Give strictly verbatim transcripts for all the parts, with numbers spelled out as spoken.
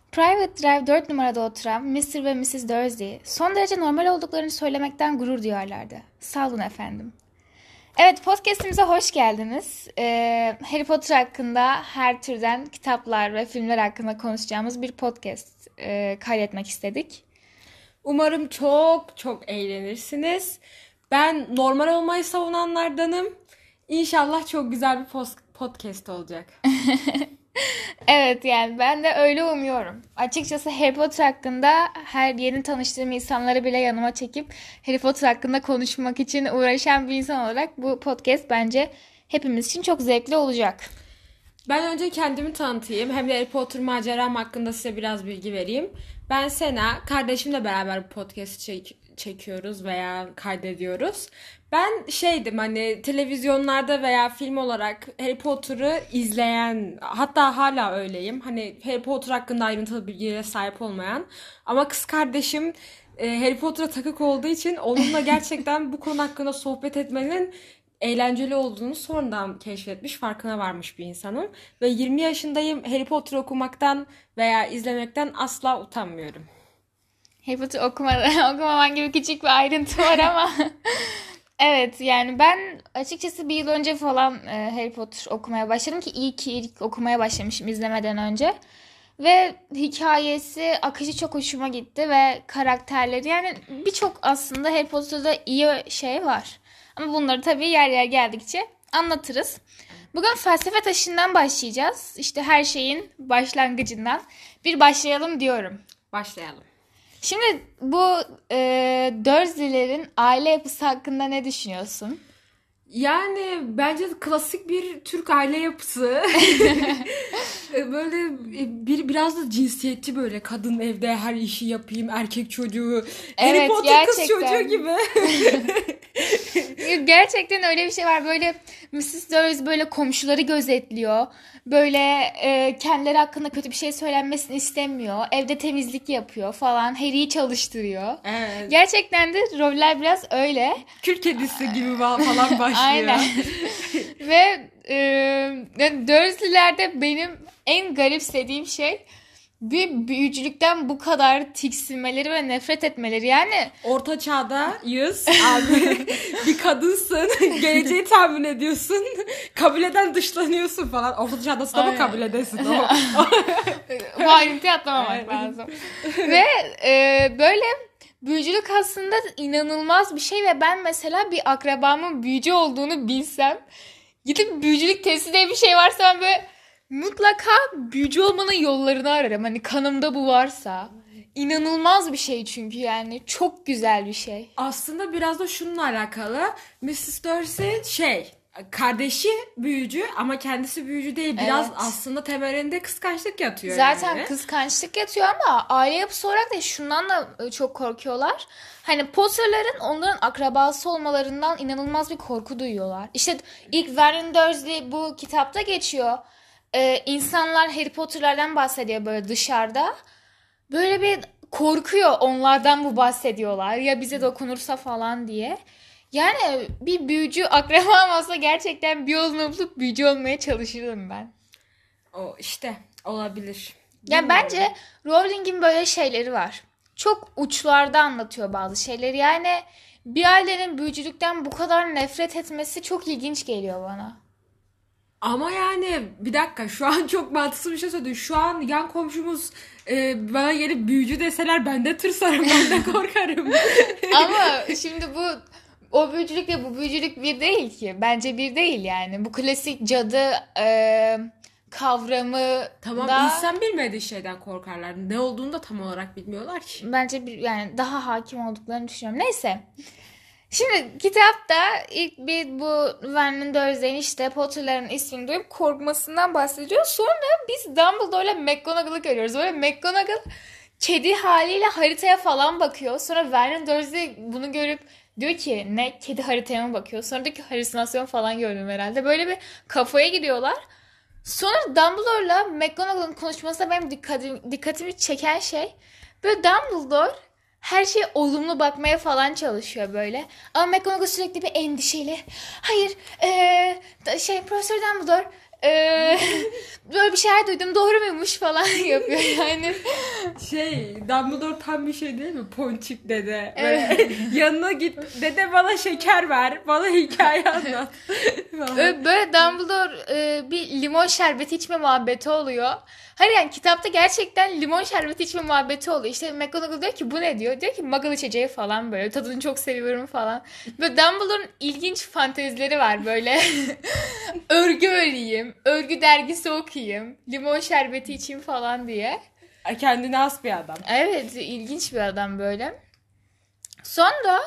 Private Drive dört numarada oturan mister ve missus Dursley son derece normal olduklarını söylemekten gurur duyarlardı. Sağ olun efendim. Evet, podcastimize hoş geldiniz. Ee, Harry Potter hakkında her türden kitaplar ve filmler hakkında konuşacağımız bir podcast e, kaydetmek istedik. Umarım çok çok eğlenirsiniz. Ben normal olmayı savunanlardanım. İnşallah çok güzel bir podcast olacak. Evet, yani ben de öyle umuyorum. Açıkçası Harry Potter hakkında her yeni tanıştığım insanları bile yanıma çekip Harry Potter hakkında konuşmak için uğraşan bir insan olarak bu podcast bence hepimiz için çok zevkli olacak. Ben önce kendimi tanıtayım. Hem de Harry Potter maceram hakkında size biraz bilgi vereyim. Ben Sena, kardeşimle beraber bu podcast çek- çekiyoruz veya kaydediyoruz. Ben şeydim hani televizyonlarda veya film olarak Harry Potter'ı izleyen, hatta hala öyleyim. Hani Harry Potter hakkında ayrıntılı bilgilere sahip olmayan. Ama kız kardeşim e, Harry Potter'a takık olduğu için onunla gerçekten bu konu hakkında sohbet etmenin eğlenceli olduğunu sonradan keşfetmiş, farkına varmış bir insanım. Ve yirmi yaşındayım. Harry Potter okumaktan veya izlemekten asla utanmıyorum. Harry Potter okumadan, okumaman gibi küçük bir ayrıntı var ama evet, yani ben açıkçası bir yıl önce falan e, Harry Potter okumaya başladım ki iyi ki ilk okumaya başlamışım izlemeden önce. Ve hikayesi, akışı çok hoşuma gitti ve karakterleri, yani birçok aslında Harry Potter'da iyi şey var. Ama bunları tabii yer yer geldikçe anlatırız. Bugün felsefe taşından başlayacağız. İşte her şeyin başlangıcından bir başlayalım diyorum. Başlayalım. Şimdi bu e, Dursley'lerin aile yapısı hakkında ne düşünüyorsun? Yani bence klasik bir Türk aile yapısı. Böyle bir biraz da cinsiyetçi, böyle kadın evde her işi yapayım, erkek çocuğu. Evet, Harry Potter gerçekten. kız çocuğu gibi. Gerçekten öyle bir şey var. Böyle missus Dursley böyle komşuları gözetliyor. Böyle e, kendileri hakkında kötü bir şey söylenmesini istemiyor. Evde temizlik yapıyor falan. Harry'i çalıştırıyor. Evet. Gerçekten de roller biraz öyle. Kül kedisi gibi falan başlıyor. Aynen. Ve e, yani Dursley'lerde benim en garipsediğim şey bir büyücülükten bu kadar tiksinmeleri ve nefret etmeleri. Yani Orta çağdayız abi. Bir kadınsın. Geleceği tahmin ediyorsun. Kabileden dışlanıyorsun falan. Orta çağdasın ama kabiledesin. O. bu ayrıntıyı atlamamak Evet. lazım. Ve e, böyle büyücülük aslında inanılmaz bir şey ve ben mesela bir akrabamın büyücü olduğunu bilsem, gidip büyücülük testi diye bir şey varsa ben böyle mutlaka büyücü olmanın yollarını ararım. Hani kanımda bu varsa. İnanılmaz bir şey çünkü, yani çok güzel bir şey. Aslında biraz da şununla alakalı. missus Dursley şey, kardeşi büyücü ama kendisi büyücü değil. Biraz Evet. aslında temelinde kıskançlık yatıyor Zaten yani. kıskançlık yatıyor ama aile yapısı olarak da şundan da çok korkuyorlar. Hani Potter'ların onların akrabası olmalarından inanılmaz bir korku duyuyorlar. İşte ilk Vernon Dursley bu kitapta geçiyor. Ee, insanlar Harry Potter'lardan bahsediyor böyle dışarıda. Böyle bir korkuyor, onlardan bu bahsediyorlar. Ya bize dokunursa falan diye. Yani bir büyücü akrabam olsa gerçekten bir yolunu bulup büyücü olmaya çalışırdım ben. O işte olabilir. Ya Bilmiyorum. bence Rowling'in böyle şeyleri var. Çok uçlarda anlatıyor bazı şeyleri. Yani bir ailenin büyücülükten bu kadar nefret etmesi çok ilginç geliyor bana. Ama yani bir dakika, şu an çok mantıksız bir şey söyledin. Şu an yan komşumuz e, bana gelip büyücü deseler ben de tırsarım, ben de korkarım. Ama şimdi bu o büyücülükle bu büyücülük bir değil ki. Bence bir değil yani. Bu klasik cadı e, kavramı Tamam, da insan bilmediği şeyden korkarlar. Ne olduğunu da tam olarak bilmiyorlar ki. bence bir, yani daha hakim olduklarını düşünüyorum. Neyse. Şimdi kitapta ilk bir bu Vernon Dursley'in işte Potter'ların ismini duyup korkmasından bahsediyor. Sonra biz Dumbledore'la McGonagall'ı görüyoruz. Böyle McGonagall kedi haliyle haritaya falan bakıyor. Sonra Vernon Dursley bunu görüp diyor ki ne, kedi haritaya mı bakıyor? Sonra diyor ki halüsinasyon falan gördüm herhalde. Böyle bir kafaya gidiyorlar. Sonra Dumbledore'la McGonagall'ın konuşmasında benim dikkatimi, dikkatimi çeken şey, böyle Dumbledore her şeye olumlu bakmaya falan çalışıyor böyle. Ama McGonagall sürekli bir endişeli. Hayır, ee, şey Profesör Dumbledore Ee, böyle bir şeyler duydum, doğru muymuş falan yapıyor yani. Şey, Dumbledore tam bir şey değil mi? Ponçik dede. Evet. Böyle yanına git, dede bana şeker ver, bana hikaye anlat. Böyle, böyle Dumbledore e, bir limon şerbeti içme muhabbeti oluyor. Hayır yani kitapta gerçekten limon şerbeti içme muhabbeti oluyor. İşte McGonagall diyor ki bu ne diyor? Diyor ki muggle içeceği falan böyle. Tadını çok seviyorum falan. Böyle Dumbledore'un ilginç fantezileri var böyle. Örgü öreyim, örgü dergisi okuyayım, limon şerbeti içeyim falan diye. Kendine has bir adam. Evet, ilginç bir adam böyle. Sonra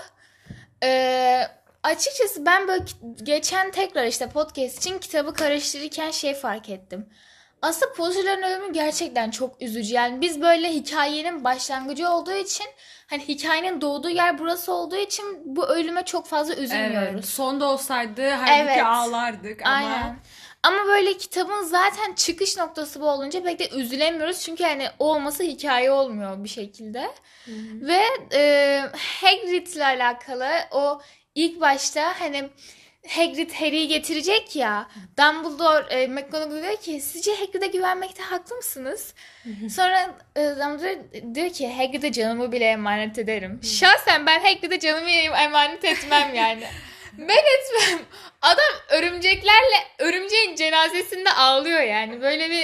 e, açıkçası ben böyle geçen tekrar işte podcast için kitabı karıştırırken şey fark ettim. Aslında Potter'ların ölümü gerçekten çok üzücü. Yani biz böyle hikayenin başlangıcı olduğu için, hani hikayenin doğduğu yer burası olduğu için bu ölüme çok fazla üzülmüyoruz. Evet, sonda olsaydı halbuki Evet. ağlardık ama... Aynen. Ama böyle kitabın zaten çıkış noktası bu olunca pek de üzülemiyoruz. Çünkü yani olması hikaye olmuyor bir şekilde. Hı hı. Ve e, Hagrid'le alakalı o ilk başta hani Hagrid Harry'i getirecek ya. Dumbledore e, McGonagall diyor ki sizce Hagrid'e güvenmekte haklı mısınız? Sonra e, Dumbledore diyor ki Hagrid'e canımı bile emanet ederim. Hı. Şahsen ben Hagrid'e canımı emanet etmem yani. Ben etmem. Adam örümceklerle örümceğin cenazesinde ağlıyor yani. Böyle bir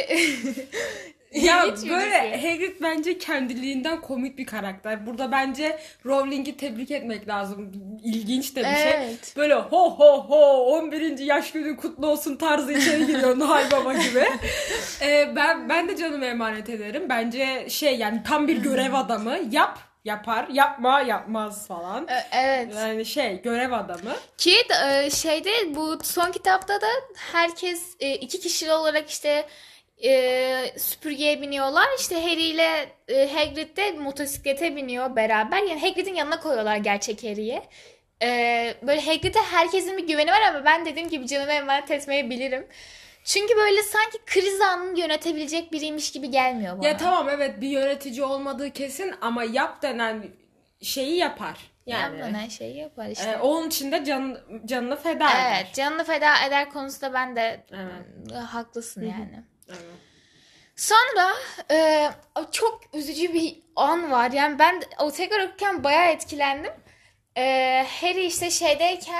ya böyle Hagrid bence kendiliğinden komik bir karakter. Burada bence Rowling'i tebrik etmek lazım. İlginç de bir evet. şey. Böyle ho ho ho on birinci yaş günü kutlu olsun tarzı içeri giriyor Noel Baba gibi. ee, ben ben de canımı emanet ederim. Bence şey yani tam bir görev adamı. Yap. Yapar, yapma, yapmaz falan. Evet. Yani şey, görev adamı. Ki şeyde bu son kitapta da herkes iki kişili olarak işte e, süpürgeye biniyorlar. İşte Harry ile e, Hagrid de motosiklete biniyor beraber. Yani Hagrid'in yanına koyuyorlar gerçek Harry'i. E, böyle Hagrid'e herkesin bir güveni var ama ben dediğim gibi canımı emanet etmeyi bilirim. Çünkü böyle sanki kriz anını yönetebilecek biriymiş gibi gelmiyor bana. Ya tamam evet bir yönetici olmadığı kesin ama yap denen şeyi yapar. Yani. Yap denen şeyi yapar işte. Ee, onun için de can, canını feda eder. Evet canını feda eder konusunda ben de evet. haklısın yani. Evet. Sonra e, çok üzücü bir an var. Yani ben o tekrar okurken bayağı etkilendim. E, Harry işte şeydeyken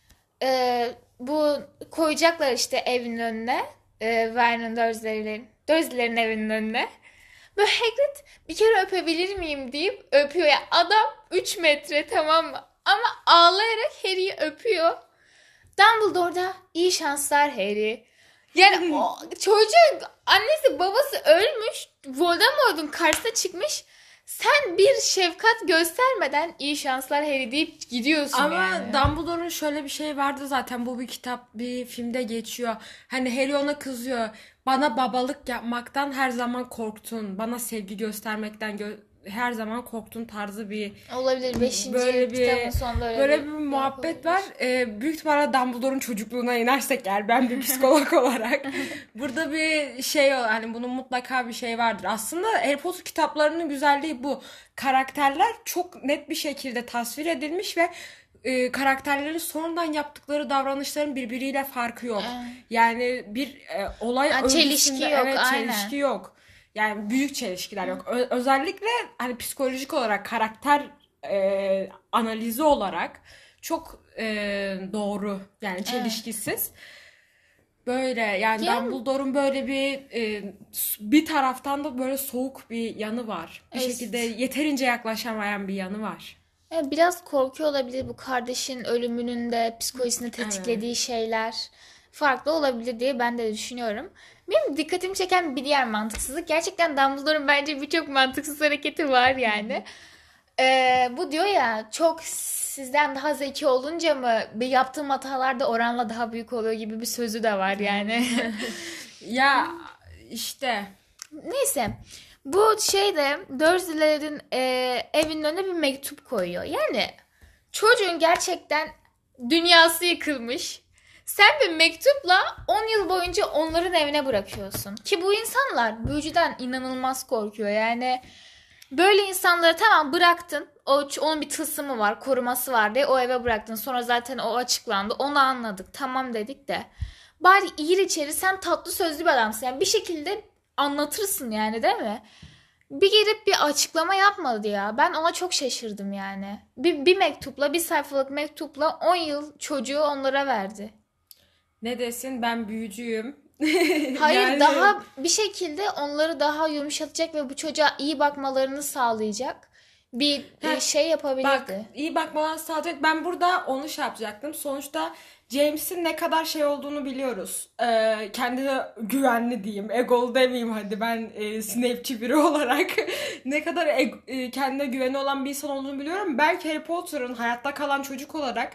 e, bu koyacaklar işte evin önüne. E, Vernon Dursley'lerin Dursley'lerin evinin önüne. Böyle Hagrid bir kere öpebilir miyim deyip öpüyor. Yani adam üç metre tamam mı? Ama ağlayarak Harry'yi öpüyor. Dumbledore da iyi şanslar Harry. Yani o çocuğun annesi babası ölmüş. Voldemort'un karşısına çıkmış. Sen bir şefkat göstermeden iyi şanslar Harry deyip gidiyorsun ama yani. Ama Dumbledore'un şöyle bir şey vardı zaten bu bir kitap bir filmde geçiyor. Hani Harry ona kızıyor. Bana babalık yapmaktan her zaman korktun. Bana sevgi göstermekten gö- her zaman korktun tarzı bir olabilir. Beşinci böyle bir kitabın sonunda öyle böyle bir, bir muhabbet var. Ee, büyük ihtimalle Dumbledore'un çocukluğuna inersek eğer ben bir psikolog olarak burada bir şey hani bunun mutlaka bir şey vardır. Aslında Harry Potter kitaplarının güzelliği bu. Karakterler çok net bir şekilde tasvir edilmiş ve e, karakterlerin sonradan yaptıkları davranışların birbiriyle farkı yok. Yani bir e, olay yani çelişki yok, evet aynen. çelişki yok. Yani büyük çelişkiler yok. Ö- özellikle hani psikolojik olarak karakter e, analizi olarak çok e, doğru. Yani çelişkisiz. Evet. Böyle yani, yani Dumbledore'un böyle bir e, bir taraftan da böyle soğuk bir yanı var. Bir evet. şekilde yeterince yaklaşamayan bir yanı var. Evet, biraz korkuyor olabilir bu kardeşin ölümünün de psikolojisini tetiklediği evet. şeyler farklı olabilir diye ben de düşünüyorum. Benim dikkatimi çeken bir diğer mantıksızlık. Gerçekten Dumbledore'un bence birçok mantıksız hareketi var yani. Ee, bu diyor ya çok sizden daha zeki olunca mı bir yaptığım hatalar da oranla daha büyük oluyor gibi bir sözü de var yani. ya işte. Neyse. Bu şeyde Dursley'lerin e, evinin önüne bir mektup koyuyor. Yani çocuğun gerçekten dünyası yıkılmış. Sen bir mektupla on yıl boyunca onların evine bırakıyorsun. Ki bu insanlar büyücüden inanılmaz korkuyor. Yani böyle insanları tamam bıraktın. O, onun bir tılsımı var, koruması var diye o eve bıraktın. Sonra zaten o açıklandı. Onu anladık. Tamam dedik de. Bari gir içeri, sen tatlı sözlü bir adamsın. Yani bir şekilde anlatırsın yani, değil mi? Bir gelip bir açıklama yapmadı ya. Ben ona çok şaşırdım yani. Bir, bir mektupla, bir sayfalık mektupla on yıl çocuğu onlara verdi. Ne desin, ben büyücüyüm. Hayır Yani daha bir şekilde onları daha yumuşatacak ve bu çocuğa iyi bakmalarını sağlayacak bir Heh, e, şey bak yapabilirdi. iyi bakmadan sağlayacak. Ben burada onu şey yapacaktım. Sonuçta James'in ne kadar şey olduğunu biliyoruz. Ee, kendine güvenli diyeyim. Egolu demeyeyim hadi, ben e, Snape'çi biri olarak. Ne kadar eg- e, kendine güveni olan bir insan olduğunu biliyorum. Belki Harry Potter'ın hayatta kalan çocuk olarak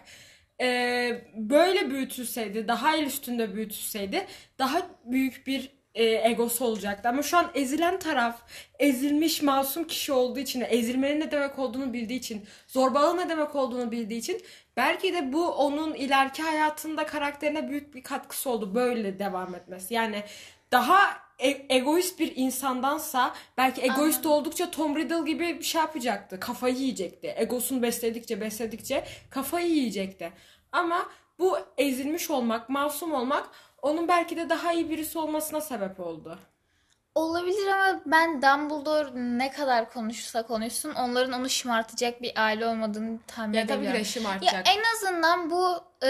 e, böyle büyütülseydi, daha el üstünde büyütülseydi daha büyük bir e, egosu olacaktı. Ama şu an ezilen taraf, ezilmiş masum kişi olduğu için, ezilmenin ne demek olduğunu bildiği için, zorbalığın ne demek olduğunu bildiği için belki de bu onun ileriki hayatında karakterine büyük bir katkısı oldu böyle devam etmesi. Yani daha e- egoist bir insandansa belki egoist Anladım. oldukça Tom Riddle gibi bir şey yapacaktı. Kafayı yiyecekti. Egosunu besledikçe besledikçe kafayı yiyecekti. Ama bu ezilmiş olmak, masum olmak onun belki de daha iyi birisi olmasına sebep oldu. Olabilir ama ben Dumbledore ne kadar konuşsa konuşsun onların onu şımartacak bir aile olmadığını tahmin Ya tabii ki de edebiliyorum. Ya şımartacak. en azından bu e,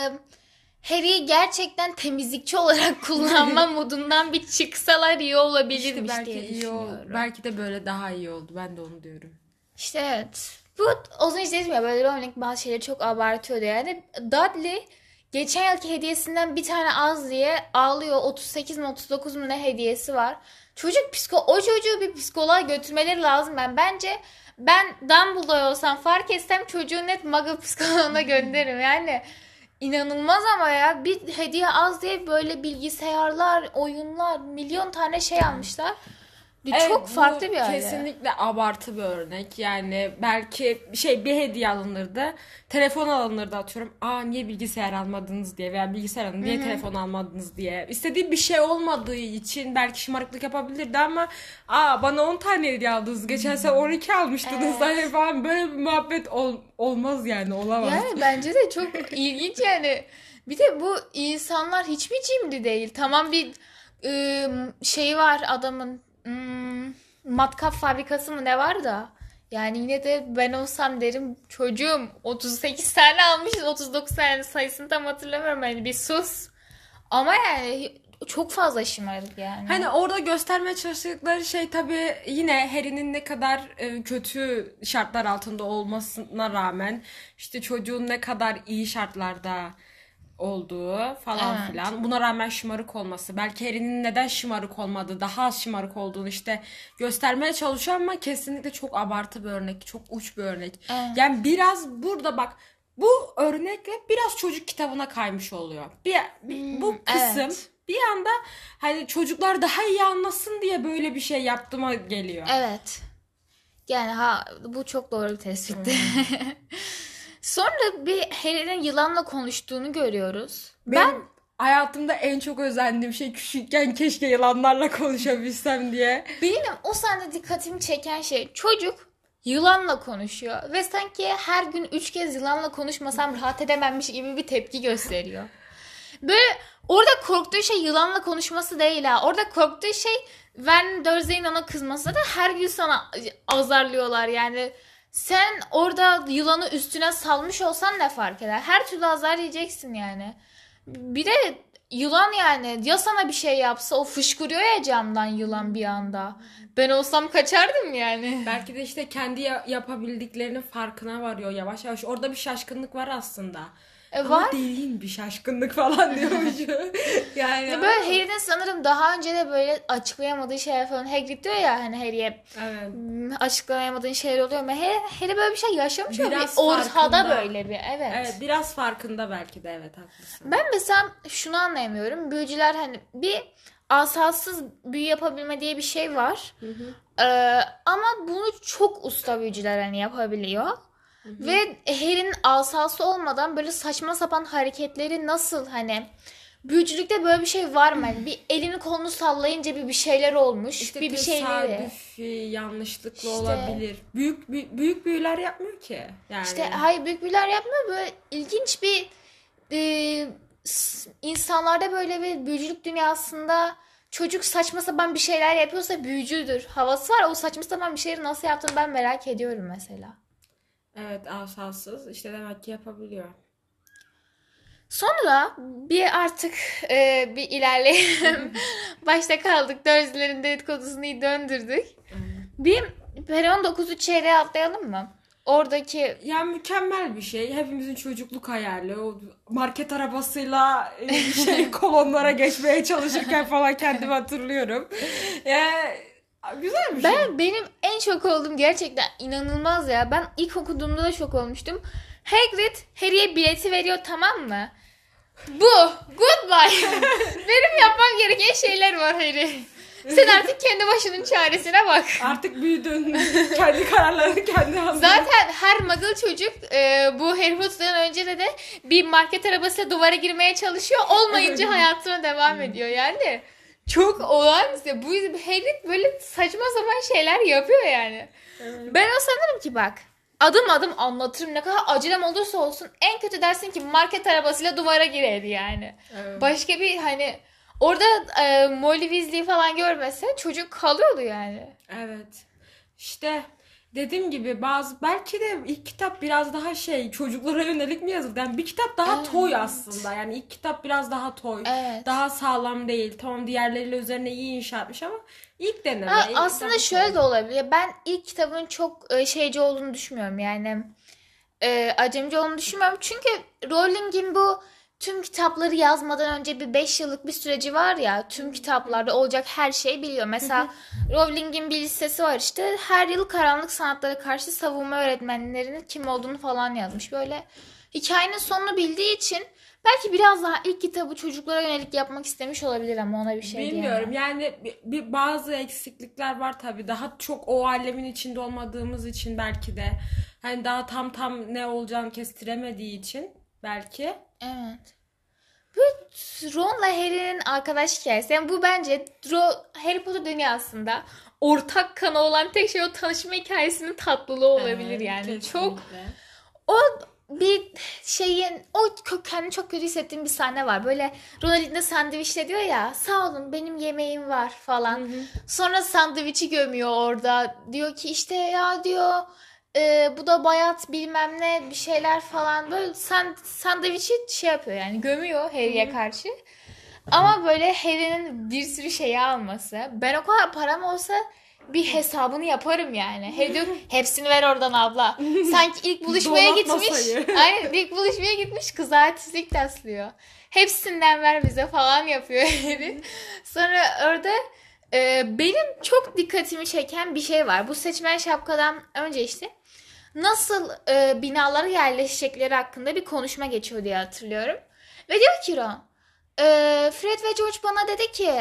Harry'i gerçekten temizlikçi olarak kullanma modundan bir çıksalar iyi olabilirmiş İşte belki diye iyi ol, düşünüyorum. belki de böyle daha iyi oldu. Ben de onu diyorum. İşte evet. Bu az önce dedim ya, böyle Rowling bazı şeyleri çok abartıyordu yani. Dudley geçen yılki hediyesinden bir tane az diye ağlıyor. otuz sekiz mi otuz dokuz mu ne hediyesi var. Çocuk psiko o çocuğu bir psikoloğa götürmeleri lazım ben. Bence ben Dumbledore olsam fark etsem çocuğu net Muggle psikoloğuna gönderirim. Yani inanılmaz ama ya, bir hediye az diye böyle bilgisayarlar, oyunlar, milyon tane şey almışlar. Evet, Çok farklı bu bir aile. kesinlikle abartı bir örnek. Yani belki şey bir hediye alınırdı. Telefon alınırdı atıyorum. Aa niye bilgisayar almadınız diye veya bilgisayar alın niye telefon almadınız diye. İstediği bir şey olmadığı için belki şımarıklık yapabilirdi ama aa bana on tane hediye aldınız. Geçen sene on iki almıştınız Evet. hani falan, böyle bir muhabbet ol, olmaz yani, olamaz. Yani bence de çok ilginç yani. Bir de bu insanlar hiçbir cimri değil. Tamam bir ıı, şey var adamın, ım, matkap fabrikası mı ne var da. Yani yine de ben olsam derim çocuğum otuz sekiz tane almışız, otuz dokuz tane sayısını tam hatırlamıyorum, hani bir sus. Ama yani çok fazla şımarık yani. Hani orada göstermeye çalıştıkları şey tabii yine Harry'nin ne kadar e, kötü şartlar altında olmasına rağmen işte çocuğun ne kadar iyi şartlarda olduğu falan Evet. filan. Buna rağmen şımarık olması. Belki Harry'nin neden şımarık olmadığı, daha az şımarık olduğunu işte göstermeye çalışıyor ama kesinlikle çok abartı bir örnek. Çok uç bir örnek. Evet. Yani biraz burada bak, bu örnekle biraz çocuk kitabına kaymış oluyor. Bir, bir- bu kısım evet. bir anda hani çocuklar daha iyi anlasın diye böyle bir şey yaptığıma geliyor. Evet. Yani ha, bu çok doğru bir tespitti. Sonra bir Harry'nin yılanla konuştuğunu görüyoruz. Benim Ben hayatımda en çok özendiğim şey küçükken keşke yılanlarla konuşabilsem diye. benim o sahnede dikkatimi çeken şey, çocuk yılanla konuşuyor ve sanki her gün üç kez yılanla konuşmasam rahat edememmiş gibi bir tepki gösteriyor. Böyle orada korktuğu şey yılanla konuşması değil ha. Orada korktuğu şey Vernon Dursley'in ona kızması da her gün sana azarlıyorlar yani. Sen orada yılanı üstüne salmış olsan ne fark eder? Her türlü azar yiyeceksin yani. Bir de yılan yani, ya sana bir şey yapsa, o fışkırıyor ya camdan yılan bir anda. Ben olsam kaçardım yani. Belki de işte kendi ya- yapabildiklerinin farkına varıyor yavaş yavaş. Orada bir şaşkınlık var aslında. E, Ama var. derin bir şaşkınlık falan diyormuşum. Yani Ya böyle Harry'nin sanırım daha önce de böyle açıklayamadığı şeyler falan. Hagrid diyor ya hani Harry'e, evet. "Hmm, açıklayamadığın şeyler oluyor mu?" Harry, Harry böyle bir şey yaşamış ama bir Biraz ortada farkında. böyle bir. Evet. Evet, biraz farkında belki de, evet haklısın. Ben mesela şunu anlayamıyorum. Büyücüler hani bir asasız büyü yapabilme diye bir şey var. Ee, ama bunu çok usta büyücüler hani yapabiliyor. Ve Harry'nin asası olmadan böyle saçma sapan hareketleri nasıl, hani büyücülükte böyle bir şey var mı? Hani bir elini kolunu sallayınca bir bir şeyler olmuş. İşte bir bir şeyleri. tesadüfi, yanlışlıkla İşte. olabilir. Büyük büyük, büyük büyüler yapmıyor ki. Yani İşte hayır, büyük büyüler yapmıyor, böyle ilginç bir e, insanlarda böyle bir büyücülük dünyasında çocuk saçma sapan bir şeyler yapıyorsa büyücüdür havası var. O saçma sapan bir şeyleri nasıl yaptığını ben merak ediyorum mesela. Evet, asansız. İşte demek ki yapabiliyor. Sonra bir artık e, bir ilerleyelim. Başta kaldık. Dursley'lerin dedikodusunu döndürdük. Bir Peron dokuzu çeyreğe atlayalım mı? Oradaki... Ya mükemmel bir şey. Hepimizin çocukluk hayali. O market arabasıyla şey kolonlara geçmeye çalışırken falan kendimi hatırlıyorum. Ya, güzel bir şey. Ben benim en şok olduğum gerçekten inanılmaz ya. Ben ilk okuduğumda da şok olmuştum. Hagrid Harry'e bileti veriyor, tamam mı? Bu. Goodbye. Benim yapmam gereken şeyler var Harry. Sen artık kendi başının çaresine bak. Artık büyüdün. Kendi kararlarını kendi aldın. Zaten her muggle çocuk e, bu Harry Potter'dan önce de, de bir market arabasıyla duvara girmeye çalışıyor. Olmayınca hayatına devam ediyor yani. Çok olağanüstü. Bu Harry böyle saçma sapan şeyler yapıyor yani. Ben o sanırım ki bak, adım adım anlatırım, ne kadar acelem olursa olsun, en kötü dersin ki market arabasıyla duvara girerdi yani. Evet. Başka bir hani orada e, Molly Weasley falan görmese çocuk kalıyordu yani. Evet. İşte dediğim gibi bazı belki de ilk kitap biraz daha şey çocuklara yönelik mi yazıldı? Yani bir kitap daha evet. toy aslında. Yani ilk kitap biraz daha toy. Evet. Daha sağlam değil. Tamam, diğerleriyle üzerine iyi inşa etmiş ama ilk deneme. Ha, ilk aslında şöyle toy. De olabilir. Ben ilk kitabın çok şeyci olduğunu düşünmüyorum. Yani e, acemici olduğunu düşünmüyorum. Çünkü Rowling'in bu tüm kitapları yazmadan önce bir beş yıllık bir süreci var ya. Tüm kitaplarda olacak her şeyi biliyor. Mesela Rowling'in bir listesi var işte. Her yıl karanlık sanatlara karşı savunma öğretmenlerinin kim olduğunu falan yazmış. Böyle hikayenin sonunu bildiği için belki biraz daha ilk kitabı çocuklara yönelik yapmak istemiş olabilir ama ona bir şey diyemem. Bilmiyorum yani bir, bir bazı eksiklikler var tabii. Daha çok o alemin içinde olmadığımız için belki de. Hani daha tam tam ne olacağını kestiremediği için belki. Evet. Bu Ron'la Harry'nin arkadaş hikayesi. Yani bu bence Harry Potter dünyasında ortak kanı olan tek şey o tanışma hikayesinin tatlılığı olabilir evet, yani. Kesinlikle. Çok o bir şeyin o kendini çok kötü hissettiğim bir sahne var. Böyle Ron elinde sandviçle diyor ya, sağ olun benim yemeğim var falan. Hı hı. Sonra sandviçi gömüyor orada. Diyor ki işte ya diyor Ee, bu da bayat bilmem ne bir şeyler falan, böyle sand, sandviçi şey yapıyor yani, gömüyor Harry'e karşı. Ama böyle Harry'nin bir sürü şeyi alması, ben o kadar param olsa bir hesabını yaparım yani. Harry diyor hepsini ver oradan abla. Sanki ilk buluşmaya gitmiş. Aynen, ilk buluşmaya gitmiş, kız artistlik taslıyor. Hepsinden ver bize falan yapıyor Harry. Sonra orada e, benim çok dikkatimi çeken bir şey var. Bu seçmen şapkadan önce işte nasıl e, binalara yerleşecekleri hakkında bir konuşma geçiyor diye hatırlıyorum. Ve diyor ki Ron, e, Fred ve George bana dedi ki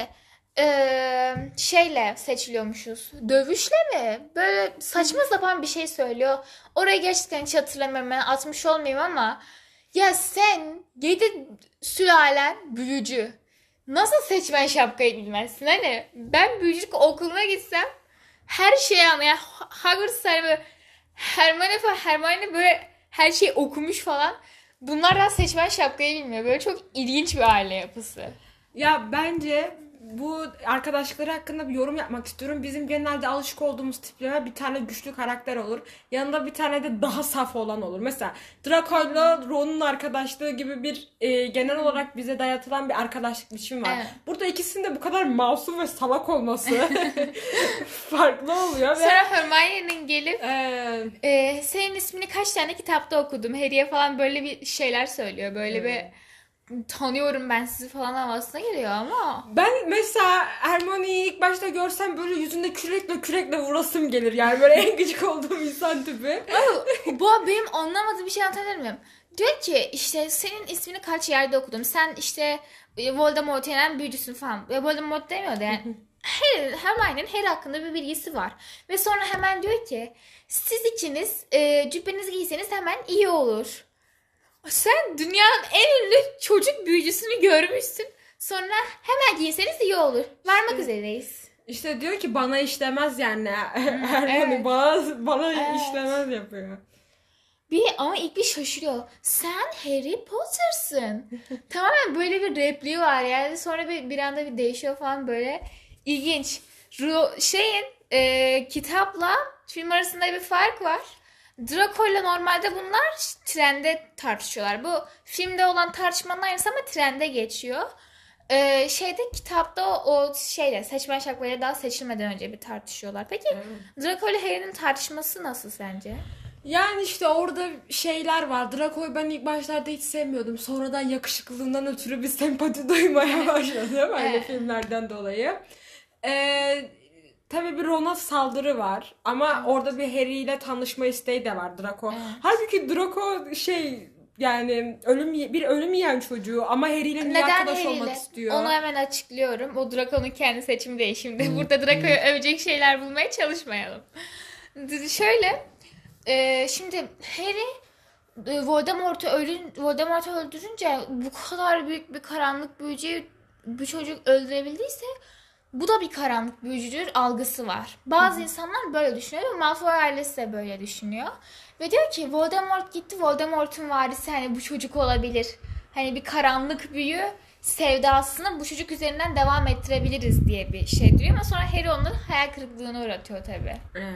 e, şeyle seçiliyormuşuz. Dövüşle mi? Böyle saçma sapan bir şey söylüyor. Orayı gerçekten hiç hatırlamıyorum. Ben atmış olmayayım ama ya sen yedi sülalen büyücü. Nasıl seçmen şapkayı bilmezsin? Hani ben büyücülük okuluna gitsem her şeyi anlayan Hogwarts sahibi Hermione falan, Hermione böyle her şeyi okumuş falan. Bunlardan seçmen şapkayı bilmiyor. Böyle çok ilginç bir aile yapısı. Ya bence bu arkadaşlıkları hakkında bir yorum yapmak istiyorum. Bizim genelde alışık olduğumuz tipleme bir tane güçlü karakter olur. Yanında bir tane de daha saf olan olur. Mesela Draco'yla Ron'un arkadaşlığı gibi bir e, genel olarak bize dayatılan bir arkadaşlık biçimi var. Evet. Burada ikisinin de bu kadar masum ve salak olması farklı oluyor. Sonra ve... Hermione'nin gelip ee... e, senin ismini kaç tane kitapta okudum Harry'e falan böyle bir şeyler söylüyor. Böyle evet. bir tanıyorum ben sizi falan havasına geliyor ama. Ben mesela Hermione'yi ilk başta görsem böyle yüzünde kürekle kürekle vurasım gelir. Yani böyle en gıcık olduğum insan tipi. Bu benim anlamadığım bir şey anlatabilirim. Diyor ki işte senin ismini kaç yerde okudum. Sen işte Voldemort yenen büyücüsün falan. Ve Voldemort demiyordu yani. Harry, Hermione'nin Harry hakkında bir bilgisi var. Ve sonra hemen diyor ki siz ikiniz e, cübbenizi giyseniz hemen iyi olur. Sen dünyanın en ünlü çocuk büyücüsünü görmüşsün. Sonra hemen giyseniz iyi olur. Varmak işte, üzereyiz. İşte diyor ki bana işlemez yani. Hermione evet. bana, bana evet. işlemez yapıyor. Bir ama ilk bir şaşırıyor. Sen Harry Potter'sın. Tamamen böyle bir repliği var yani. Sonra bir, bir anda bir değişiyor falan böyle. İlginç. Ru- şeyin e, kitapla film arasında bir fark var. Draco ile normalde bunlar trende tartışıyorlar. Bu filmde olan tartışmanın aynısı ama trende geçiyor. Ee, şeyde kitapta o, o şeyle seçmen şapkayla daha seçilmeden önce bir tartışıyorlar. Peki evet. Draco ile Harry'nin tartışması nasıl sence? Yani işte orada şeyler var. Draco'yu ben ilk başlarda hiç sevmiyordum. Sonradan yakışıklılığından ötürü bir sempati duymaya başladım. Öyle evet. Filmlerden dolayı. Ee, tabii bir Ron'a saldırı var. Ama evet. Orada bir Harry ile tanışma isteği de var Draco. Evet. Halbuki Draco şey... Yani ölüm bir ölüm yiyen çocuğu ama Harry ile niye arkadaş Harry olmak istiyor? Onu hemen açıklıyorum. O Draco'nun kendi seçimi değil şimdi. Burada Draco'yu övecek şeyler bulmaya çalışmayalım. Şöyle, e, şimdi Harry Voldemort'u ölün Voldemort'u öldürünce bu kadar büyük bir karanlık büyücüyü bu çocuk öldürebildiyse bu da bir karanlık büyücüdür algısı var. Bazı Hı-hı. insanlar böyle düşünüyor ve Malfoy ailesi de böyle düşünüyor. Ve diyor ki Voldemort gitti, Voldemort'un varisi hani bu çocuk olabilir. Hani bir karanlık büyü sevdasını bu çocuk üzerinden devam ettirebiliriz diye bir şey diyor. Ama sonra Harry onları hayal kırıklığına uğratıyor tabii. Evet.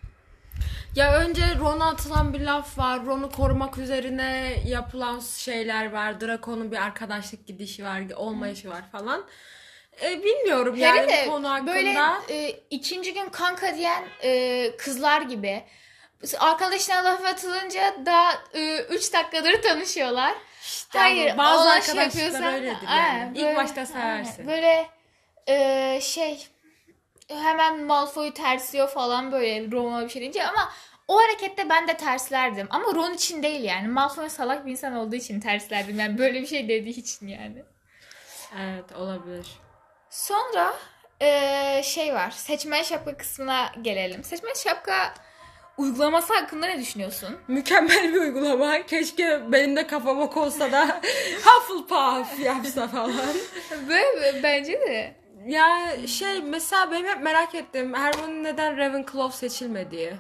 Ya önce Ron'a atılan bir laf var. Ron'u korumak üzerine yapılan şeyler var. Draco'nun bir arkadaşlık gidişi var, olmayışı var falan. E, bilmiyorum Harry yani de bu konu hakkında. Böyle e, ikinci gün kanka diyen e, kızlar gibi. Arkadaşına laf atılınca daha e, üç dakikadır tanışıyorlar. İşte hayır, bazı arkadaşlar şey öyledir yani. Böyle, İlk başta seversin. Böyle e, şey hemen Malfoy'u tersliyor falan böyle Ron'a bir şey deyince ama o harekette ben de terslerdim. Ama Ron için değil yani. Malfoy salak bir insan olduğu için terslerdim. Yani böyle bir şey dediği için yani. Evet olabilir. Sonra e, şey var. Seçmen şapka kısmına gelelim. Seçmen şapka uygulaması hakkında ne düşünüyorsun? Mükemmel bir uygulama. Keşke benim de kafama olsa da Hufflepuff yapsa falan. Böyle bence de. Ya şey mesela benim hep merak ettim. Hermione neden Ravenclaw seçilmedi?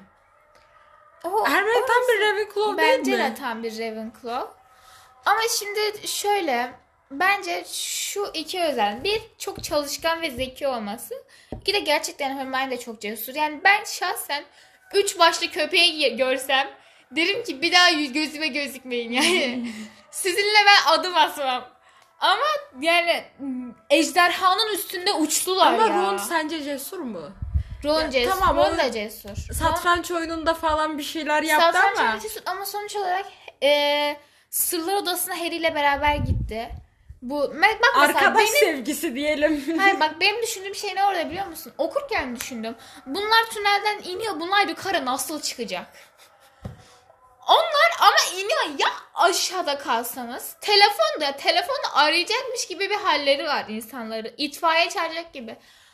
O, Hermione tam bir Ravenclaw değil mi? Bence de tam bir Ravenclaw. Ama şimdi şöyle... Bence şu iki özel. Bir, çok çalışkan ve zeki olması. İki de gerçekten Hermione de çok cesur. Yani ben şahsen üç başlı köpeği görsem derim ki bir daha gözüme gözükmeyin yani. Sizinle ben adım asmam. Ama yani ejderhanın üstünde uçtular Ama ya. Ama Ron sence cesur mu? Ron ya, cesur. Tamam, Ron da cesur. Satranç oyununda falan bir şeyler yaptı satranç ama. Satranç cesur ama sonuç olarak e, Sırlar Odası'na Harry ile beraber gitti. Bu bak arkadaş benim, sevgisi diyelim. Hayır bak benim düşündüğüm şey ne orada biliyor musun? Okurken düşündüm. Bunlar tünelden iniyor. Bunlar yukarı nasıl çıkacak? Onlar ama iniyor ya aşağıda kalsanız. Telefonda telefonu arayacakmış gibi bir halleri var insanları. İtfaiye çağıracak gibi.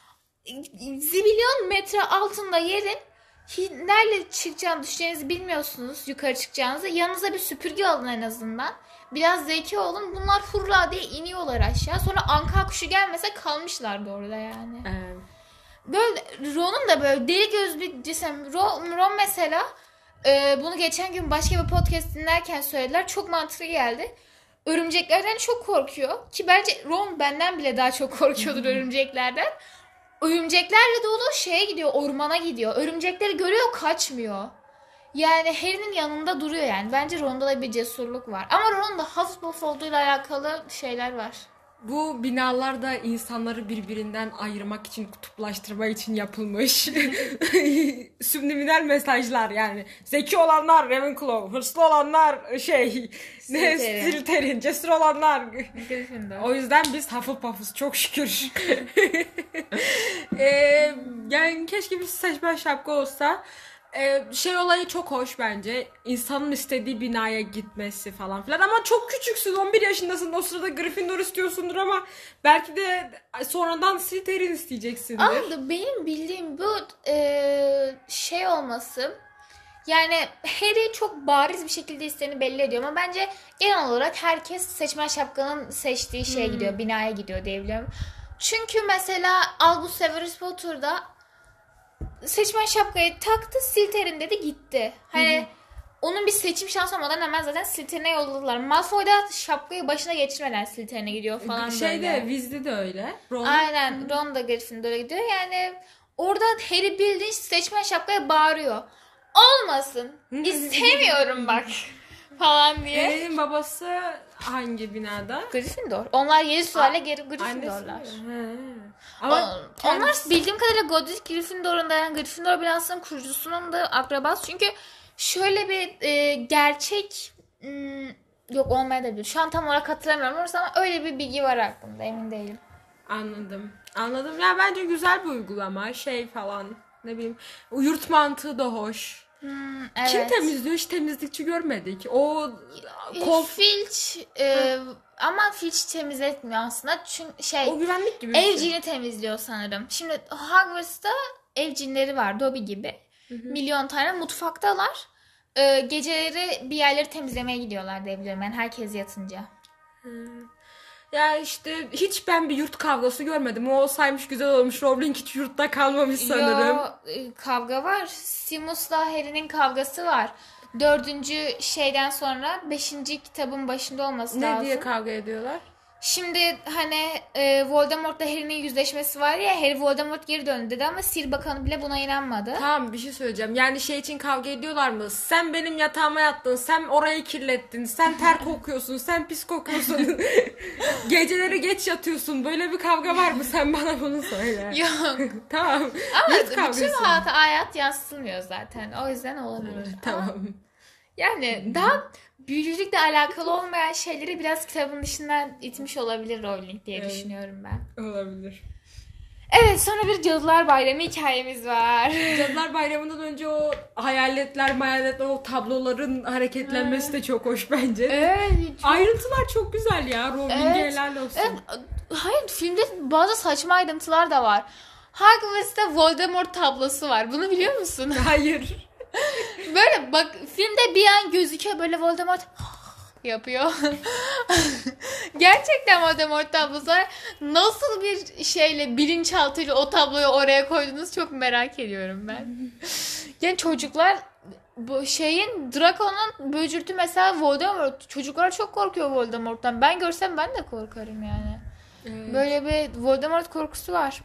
Zibilyon metre altında yerin nerede çıkacağını düşeceğinizi bilmiyorsunuz. Yukarı çıkacağınızı. Yanınıza bir süpürge alın en azından. Biraz zeki olun. Bunlar hurra diye iniyorlar aşağı. Sonra anka kuşu gelmese kalmışlardı orada yani. Evet. Böyle Ron'un da böyle deli gözlü cisim. Ron, Ron mesela e, bunu geçen gün başka bir podcast dinlerken söylediler. Çok mantıklı geldi. Örümceklerden çok korkuyor. Ki bence Ron benden bile daha çok korkuyordur örümceklerden. Örümceklerle dolu şeye gidiyor. Ormana gidiyor. Örümcekleri görüyor kaçmıyor. Yani Harry'nin yanında duruyor yani. Bence Ron'da da bir cesurluk var. Ama Ron'un da Hufflepuff olduğuyla alakalı şeyler var. Bu binalar da insanları birbirinden ayırmak için, kutuplaştırma için yapılmış. Subliminal mesajlar yani. Zeki olanlar Ravenclaw, hırslı olanlar şey, ne Slytherin, cesur olanlar. O yüzden biz Hufflepuff'uz çok şükür. ee, yani keşke bir seçmen şapka olsa. Ee, şey olayı çok hoş bence. İnsanın istediği binaya gitmesi falan filan. Ama çok küçüksün. on bir yaşındasın. O sırada Gryffindor istiyorsundur ama belki de sonradan Slytherin isteyeceksindir. Ama benim bildiğim bu e, şey olması, yani Harry çok bariz bir şekilde isteğini belli ediyor ama bence genel olarak herkes seçmen şapkanın seçtiği şeye hmm. gidiyor. Binaya gidiyor diyebiliyorum. Çünkü mesela Albus Severus Potter'da seçmen şapkayı taktı, Slytherin dedi gitti. Hani hı hı. onun bir seçim şansı olmadan hemen zaten Slytherin'e yolladılar. Malfoy da şapkayı başına geçirmeden Slytherin'e gidiyor falan Şeyde, böyle. Weasley de öyle. Ron... Aynen. Ron da Gryffindor'a gidiyor. Yani orada Harry bildiğin seçmen şapkaya bağırıyor. Olmasın. İstemiyorum bak. Falan diye. Harry'nin babası hangi binada? Gryffindor. Onlar yedi sülale geri Gryffindorlar. Ama o, kendisi... Onlar bildiğim kadarıyla Godric Gryffindor'un da yani Gryffindor binasının kurucusunun da akrabası. Çünkü şöyle bir e, gerçek m, yok olmayabilir. Şu an tam olarak hatırlamıyorum ama öyle bir bilgi var aklımda, emin değilim. Anladım. Anladım. Ya bence güzel bir uygulama. Şey falan. Ne bileyim. Yurt mantığı da hoş. Hmm, evet. Kim temizliyor? Hiç temizlikçi görmedik. O kol... Filch e, ama Filch temizletmiyor aslında. Çünkü şey o güvenlik gibi. Evcini şey. temizliyor sanırım. Şimdi Hogwarts'ta evcinleri var. Dobby gibi. Hı hı. Milyon tane mutfaktalar. Ee, geceleri bir yerleri temizlemeye gidiyorlar diyebilirim. Yani herkes yatınca. Hı. Ya işte hiç ben bir yurt kavgası görmedim. O olsaymış güzel olmuş. Rowling hiç yurtta kalmamış sanırım. Yo, kavga var. Simus'la Harry'nin kavgası var. Dördüncü şeyden sonra beşinci kitabın başında olması ne lazım. Ne diye kavga ediyorlar? Şimdi hani e, Voldemort'la Harry'nin yüzleşmesi var ya, Harry Voldemort geri döndü dedi ama Sil Bakanı bile buna inanmadı. Tamam, bir şey söyleyeceğim. Yani şey için kavga ediyorlar mı? Sen benim yatağıma yattın, sen orayı kirlettin, sen ter kokuyorsun, sen pis kokuyorsun. Geceleri geç yatıyorsun. Böyle bir kavga var mı? Sen bana bunu söyle. Yok. Tamam. Ama bütün hayata hayat yansıtılmıyor zaten. O yüzden olabilir. Evet, tamam. Ama yani daha büyücülükle alakalı olmayan şeyleri biraz kitabın dışından itmiş olabilir Rowling diye evet. düşünüyorum ben. Olabilir. Evet, sonra bir Cadılar Bayramı hikayemiz var. Cadılar Bayramı'ndan önce o hayaletler, hayaletler, o tabloların hareketlenmesi de çok hoş bence. Evet. Çok... Ayrıntılar çok güzel ya. Rowling'e evet. helal olsun. Evet. Hayır, filmde bazı saçma ayrıntılar da var. Hogwarts'ta Voldemort tablosu var. Bunu biliyor musun? Hayır. Böyle bak, filmde bir an gözüküyor böyle Voldemort yapıyor. Gerçekten Voldemort tablosu var. Nasıl bir şeyle, bilinçaltıyla o tabloyu oraya koydunuz çok merak ediyorum ben. Yani çocuklar, bu şeyin, Draco'nun böcürtü mesela Voldemort. Çocuklar çok korkuyor Voldemort'tan. Ben görsem ben de korkarım yani. Evet. Böyle bir Voldemort korkusu var.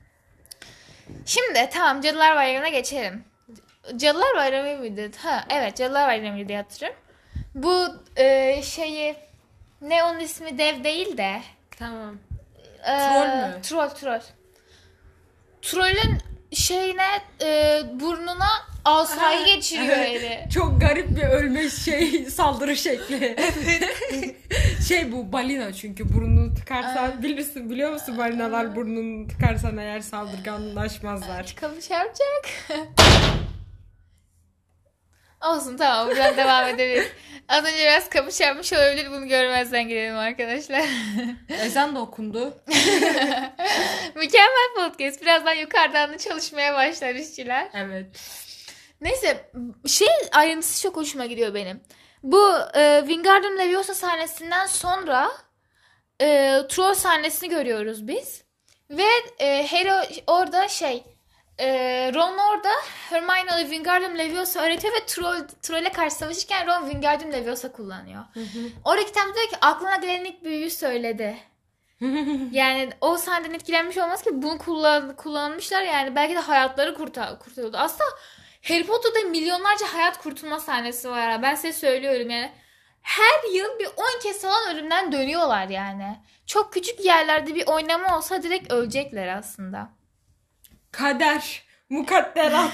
Şimdi tamam, Cadılar Bayramı'na geçelim. Cadılar Bayramı mıydı? Ha evet, Cadılar Bayramı diye hatırlıyorum. Bu e, şeyi, ne onun ismi, dev değil de. Tamam. E, troll mü? Troll troll. Trollün şeyine e, burnuna asayı geçiriyor eli. Çok garip bir ölme şey saldırı şekli. Şey bu balina, çünkü burnunu tıkarsan bilirsin, biliyor musun, balinalar burnunu tıkarsan eğer saldırganlaşmazlar. Kapış yapacak. Olsun, tamam, buradan devam edebiliriz. Az önce biraz kapış yapmış olabilir, bunu görmezden gelelim arkadaşlar. Ezan da okundu. Mükemmel podcast. Birazdan yukarıdan da çalışmaya başlar işçiler. Evet. Neyse, şey ayrıntısı çok hoşuma gidiyor benim. Bu e, Wingardium Leviosa sahnesinden sonra e, Troll sahnesini görüyoruz biz. Ve e, Harry orada şey e, Ron orada Hermione ile Wingardium Leviosa öğretiyor ve Troll Troll'e karşı savaşırken Ron Wingardium Leviosa kullanıyor. Hı hı. Orada kitapta diyor ki aklına gelen ilk büyüyü söyledi. Yani o sahneden etkilenmiş olmaz ki, bunu kullan, kullanmışlar yani, belki de hayatları kurtar, kurtarıldı. Aslında Harry Potter'da milyonlarca hayat kurtulma sahnesi var. Ben size söylüyorum yani. Her yıl bir on kez falan ölümden dönüyorlar yani. Çok küçük yerlerde bir oynama olsa direkt ölecekler aslında. Kader. Mukadderat.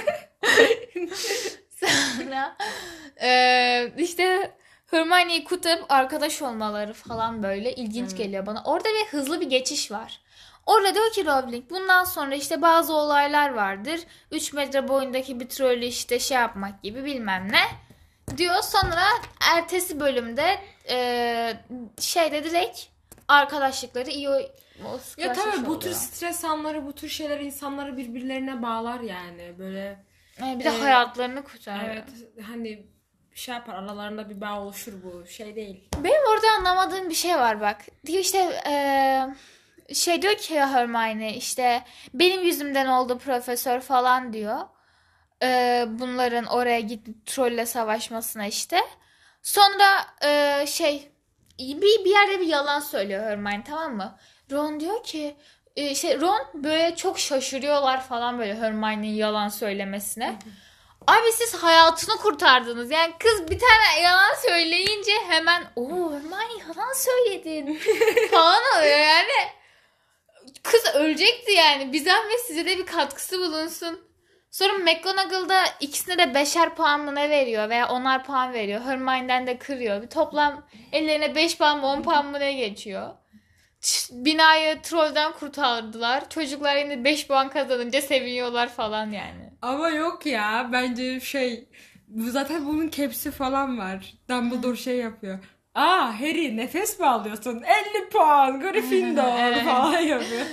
Sonra e, işte Hermione'yi kurtarıp arkadaş olmaları falan böyle ilginç hmm. geliyor bana. Orada bir hızlı bir geçiş var. Orada diyor ki Rowling, bundan sonra işte bazı olaylar vardır. üç metre boyundaki bir trollü işte şey yapmak gibi bilmem ne diyor. Sonra ertesi bölümde e, şeyde direkt arkadaşlıkları iyi o, ya tabii bu tür stres anları, bu tür şeyler insanları birbirlerine bağlar yani. Böyle e, bir de e, hayatlarını kurtarır. Evet, hani şey yapar, aralarında bir bağ oluşur, bu şey değil. Benim orada anlamadığım bir şey var bak. Diyor işte eee şey diyor ki Hermione, işte benim yüzümden oldu profesör falan diyor. e, bunların oraya gidip trolle savaşmasına işte. Sonra e, şey bir, bir yerde bir yalan söylüyor Hermione, tamam mı? Ron diyor ki e, şey Ron böyle çok şaşırıyorlar falan böyle Hermione'nin yalan söylemesine. Abi siz hayatını kurtardınız. Yani kız bir tane yalan söyleyince hemen o Hermione yalan söyledin falan oluyor yani. Kız ölecekti yani. Bir zahmet size de bir katkısı bulunsun. Sonra McGonagall'da ikisine de beşer puan mı ne veriyor veya onar puan veriyor. Hermione'den de kırıyor. Bir toplam ellerine beş puan mı on puan mı ne geçiyor. Binayı trollden kurtardılar. Çocuklar yine beş puan kazanınca seviniyorlar falan yani. Ama yok ya, bence şey, zaten bunun caps'i falan var. Dumbledore şey yapıyor. Aa Harry, nefes mi alıyorsun? elli puan Gryffindor falan yapıyor.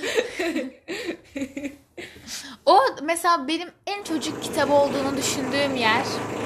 O mesela benim en çocuk kitabı olduğunu düşündüğüm yer.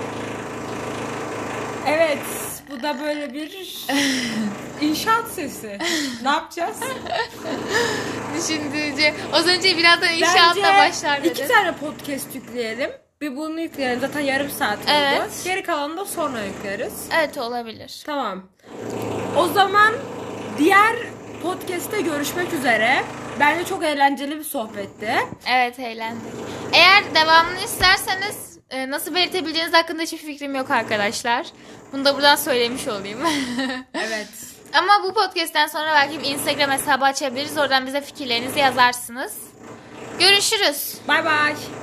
Evet, bu da böyle bir inşaat sesi. Ne yapacağız? Düşündüğünce az önce birazdan inşaatla başlar Bence dedi. iki tane podcast yükleyelim. Bir bunu yükleyelim. Zaten yarım saat oldu. Evet. Geri kalanını da sonra yükleriz. Evet, olabilir. Tamam. O zaman diğer podcast'te görüşmek üzere. Bence çok eğlenceli bir sohbetti. Evet, eğlendik. Eğer devamını isterseniz e, nasıl belirtebileceğiniz hakkında hiçbir fikrim yok arkadaşlar. Bunu da buradan söylemiş olayım. Evet. Ama bu podcast'ten sonra belki bir Instagram hesabı açabiliriz. Oradan bize fikirlerinizi yazarsınız. Görüşürüz. Bye bye.